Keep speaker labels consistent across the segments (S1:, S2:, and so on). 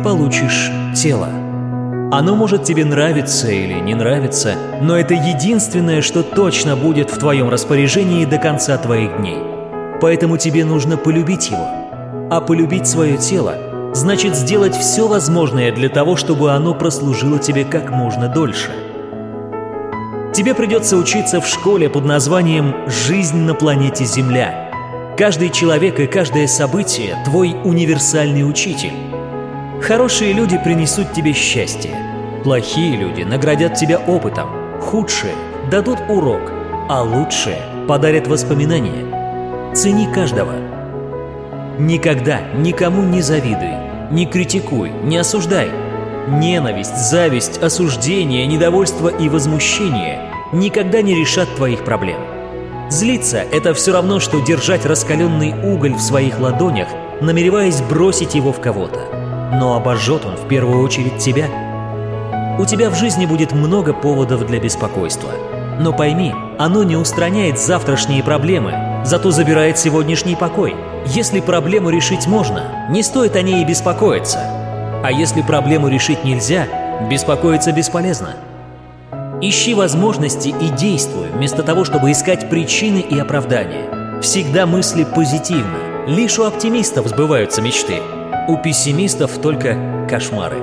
S1: получишь тело. Оно может тебе нравиться или не нравиться, но это единственное, что точно будет в твоем распоряжении до конца твоих дней. Поэтому тебе нужно полюбить его. А полюбить свое тело значит сделать все возможное для того, чтобы оно прослужило тебе как можно дольше. Тебе придется учиться в школе под названием «Жизнь на планете Земля». Каждый человек и каждое событие – твой универсальный учитель. Хорошие люди принесут тебе счастье. Плохие люди наградят тебя опытом. Худшие дадут урок, а лучшие подарят воспоминания. Цени каждого. Никогда никому не завидуй, не критикуй, не осуждай. Ненависть, зависть, осуждение, недовольство и возмущение никогда не решат твоих проблем. Злиться – это все равно, что держать раскаленный уголь в своих ладонях, намереваясь бросить его в кого-то. Но обожжет он в первую очередь тебя. У тебя в жизни будет много поводов для беспокойства. Но пойми, оно не устраняет завтрашние проблемы, зато забирает сегодняшний покой. Если проблему решить можно, не стоит о ней и беспокоиться. А если проблему решить нельзя, беспокоиться бесполезно. Ищи возможности и действуй, вместо того, чтобы искать причины и оправдания. Всегда мысли позитивно. Лишь у оптимистов сбываются мечты. У пессимистов только кошмары.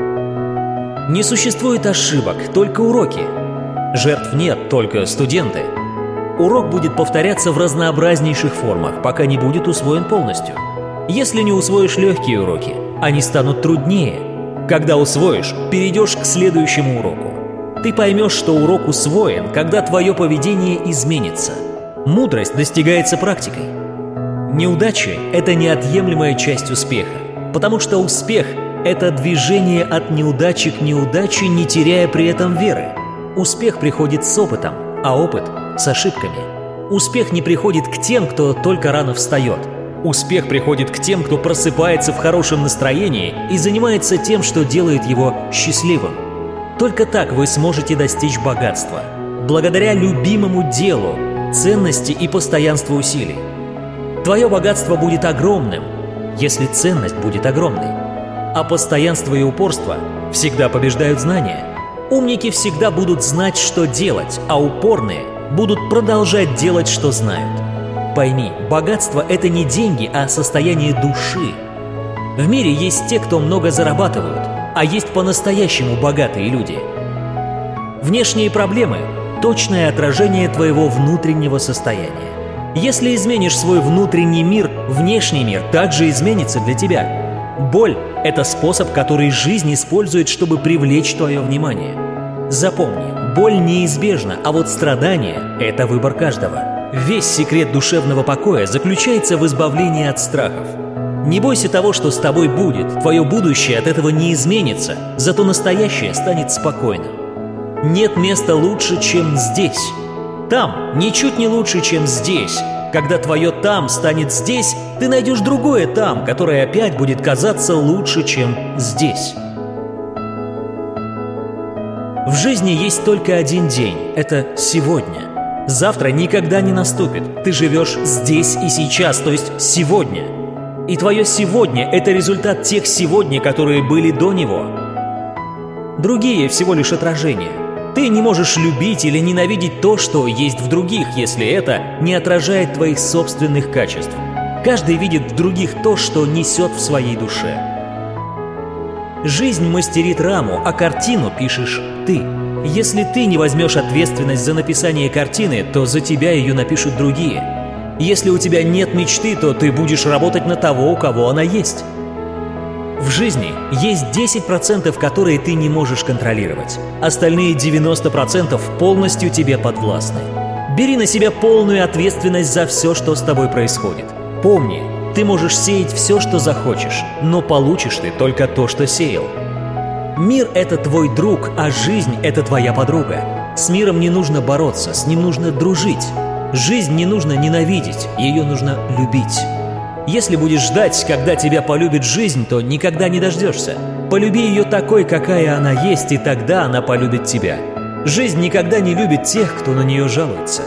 S1: Не существует ошибок, только уроки. Жертв нет, только студенты. Урок будет повторяться в разнообразнейших формах, пока не будет усвоен полностью. Если не усвоишь легкие уроки, они станут труднее. Когда усвоишь, перейдешь к следующему уроку. Ты поймешь, что урок усвоен, когда твое поведение изменится. Мудрость достигается практикой. Неудачи – это неотъемлемая часть успеха, потому что успех – это движение от неудачи к неудаче, не теряя при этом веры. Успех приходит с опытом, а опыт – с ошибками. Успех не приходит к тем, кто только рано встает. Успех приходит к тем, кто просыпается в хорошем настроении и занимается тем, что делает его счастливым. Только так вы сможете достичь богатства, благодаря любимому делу, ценности и постоянству усилий. Твое богатство будет огромным, если ценность будет огромной. А постоянство и упорство всегда побеждают знания. Умники всегда будут знать, что делать, а упорные будут продолжать делать, что знают. Пойми, богатство – это не деньги, а состояние души. В мире есть те, кто много зарабатывают, а есть по-настоящему богатые люди. Внешние проблемы – точное отражение твоего внутреннего состояния. Если изменишь свой внутренний мир, внешний мир также изменится для тебя. Боль – это способ, который жизнь использует, чтобы привлечь твое внимание. Запомни, боль неизбежна, а вот страдание – это выбор каждого. Весь секрет душевного покоя заключается в избавлении от страхов. Не бойся того, что с тобой будет. Твое будущее от этого не изменится, зато настоящее станет спокойным. Нет места лучше, чем здесь. Там ничуть не лучше, чем здесь. Когда твое «там» станет здесь, ты найдешь другое «там», которое опять будет казаться лучше, чем здесь. В жизни есть только один день – это сегодня. Завтра никогда не наступит. Ты живешь здесь и сейчас, то есть сегодня. И твое сегодня – это результат тех сегодня, которые были до него. Другие всего лишь отражения. Ты не можешь любить или ненавидеть то, что есть в других, если это не отражает твоих собственных качеств. Каждый видит в других то, что несет в своей душе. Жизнь мастерит раму, а картину пишешь ты. Если ты не возьмешь ответственность за написание картины, то за тебя ее напишут другие. Если у тебя нет мечты, то ты будешь работать на того, у кого она есть. В жизни есть 10%, которые ты не можешь контролировать. Остальные 90% полностью тебе подвластны. Бери на себя полную ответственность за все, что с тобой происходит. Помни, ты можешь сеять все, что захочешь, но получишь ты только то, что сеял. Мир – это твой друг, а жизнь – это твоя подруга. С миром не нужно бороться, с ним нужно дружить. Жизнь не нужно ненавидеть, ее нужно любить. Если будешь ждать, когда тебя полюбит жизнь, то никогда не дождешься. Полюби ее такой, какая она есть, и тогда она полюбит тебя. Жизнь никогда не любит тех, кто на нее жалуется.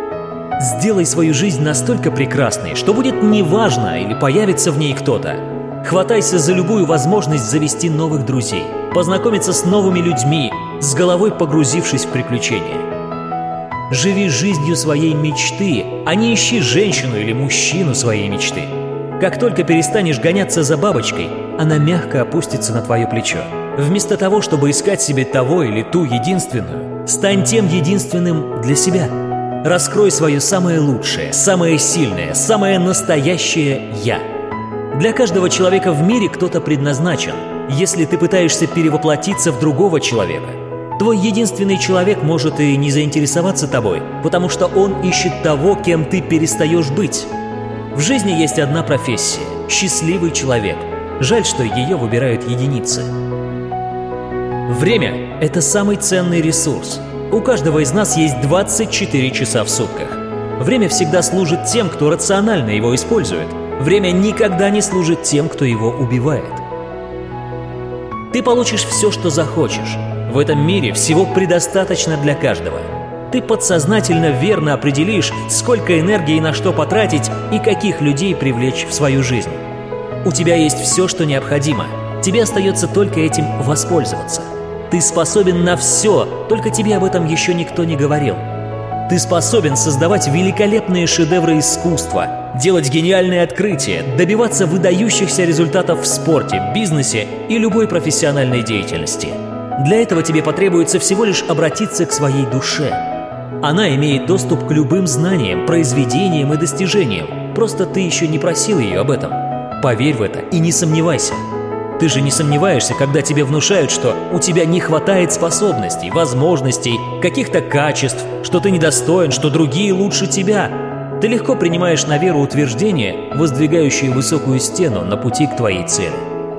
S1: Сделай свою жизнь настолько прекрасной, что будет неважно, или появится в ней кто-то. Хватайся за любую возможность завести новых друзей, познакомиться с новыми людьми, с головой погрузившись в приключения. Живи жизнью своей мечты, а не ищи женщину или мужчину своей мечты. Как только перестанешь гоняться за бабочкой, она мягко опустится на твое плечо. Вместо того, чтобы искать себе того или ту единственную, стань тем единственным для себя. Раскрой свое самое лучшее, самое сильное, самое настоящее «я». Для каждого человека в мире кто-то предназначен. Если ты пытаешься перевоплотиться в другого человека, твой единственный человек может и не заинтересоваться тобой, потому что он ищет того, кем ты перестаешь быть. В жизни есть одна профессия – счастливый человек. Жаль, что ее выбирают единицы. Время – это самый ценный ресурс. У каждого из нас есть 24 часа в сутках. Время всегда служит тем, кто рационально его использует. Время никогда не служит тем, кто его убивает. Ты получишь все, что захочешь. В этом мире всего предостаточно для каждого. Ты подсознательно верно определишь, сколько энергии на что потратить и каких людей привлечь в свою жизнь. У тебя есть все, что необходимо. Тебе остается только этим воспользоваться. Ты способен на все, только тебе об этом еще никто не говорил. Ты способен создавать великолепные шедевры искусства, делать гениальные открытия, добиваться выдающихся результатов в спорте, бизнесе и любой профессиональной деятельности. Для этого тебе потребуется всего лишь обратиться к своей душе. Она имеет доступ к любым знаниям, произведениям и достижениям. Просто ты еще не просил ее об этом. Поверь в это и не сомневайся. Ты же не сомневаешься, когда тебе внушают, что у тебя не хватает способностей, возможностей, каких-то качеств, что ты недостоин, что другие лучше тебя. Ты легко принимаешь на веру утверждения, воздвигающие высокую стену на пути к твоей цели.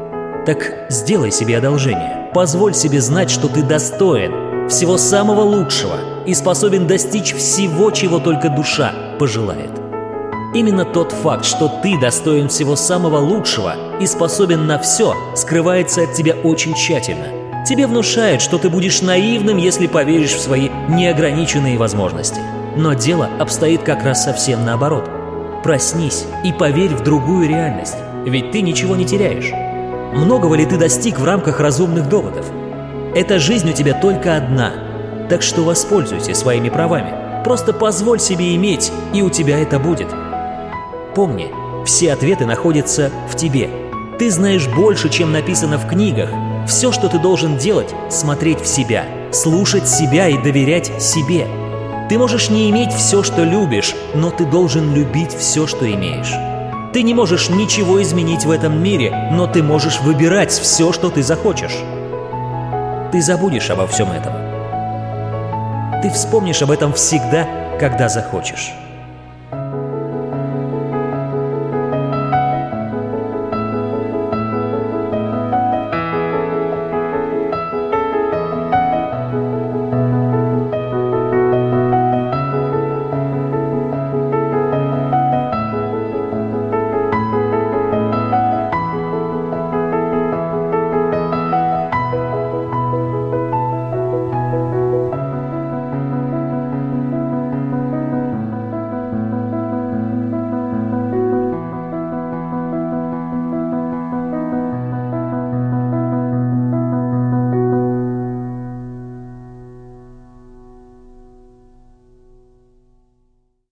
S1: Так сделай себе одолжение. Позволь себе знать, что ты достоин всего самого лучшего и способен достичь всего, чего только душа пожелает. Именно тот факт, что ты достоин всего самого лучшего и способен на все, скрывается от тебя очень тщательно. Тебе внушают, что ты будешь наивным, если поверишь в свои неограниченные возможности. Но дело обстоит как раз совсем наоборот. Проснись и поверь в другую реальность, ведь ты ничего не теряешь. Многого ли ты достиг в рамках разумных доводов? Эта жизнь у тебя только одна, так что воспользуйся своими правами. Просто позволь себе иметь, и у тебя это будет. Помни, все ответы находятся в тебе. Ты знаешь больше, чем написано в книгах. Все, что ты должен делать – смотреть в себя, слушать себя и доверять себе. Ты можешь не иметь все, что любишь, но ты должен любить все, что имеешь. Ты не можешь ничего изменить в этом мире, но ты можешь выбирать все, что ты захочешь. Ты забудешь обо всем этом. Ты вспомнишь об этом всегда, когда захочешь.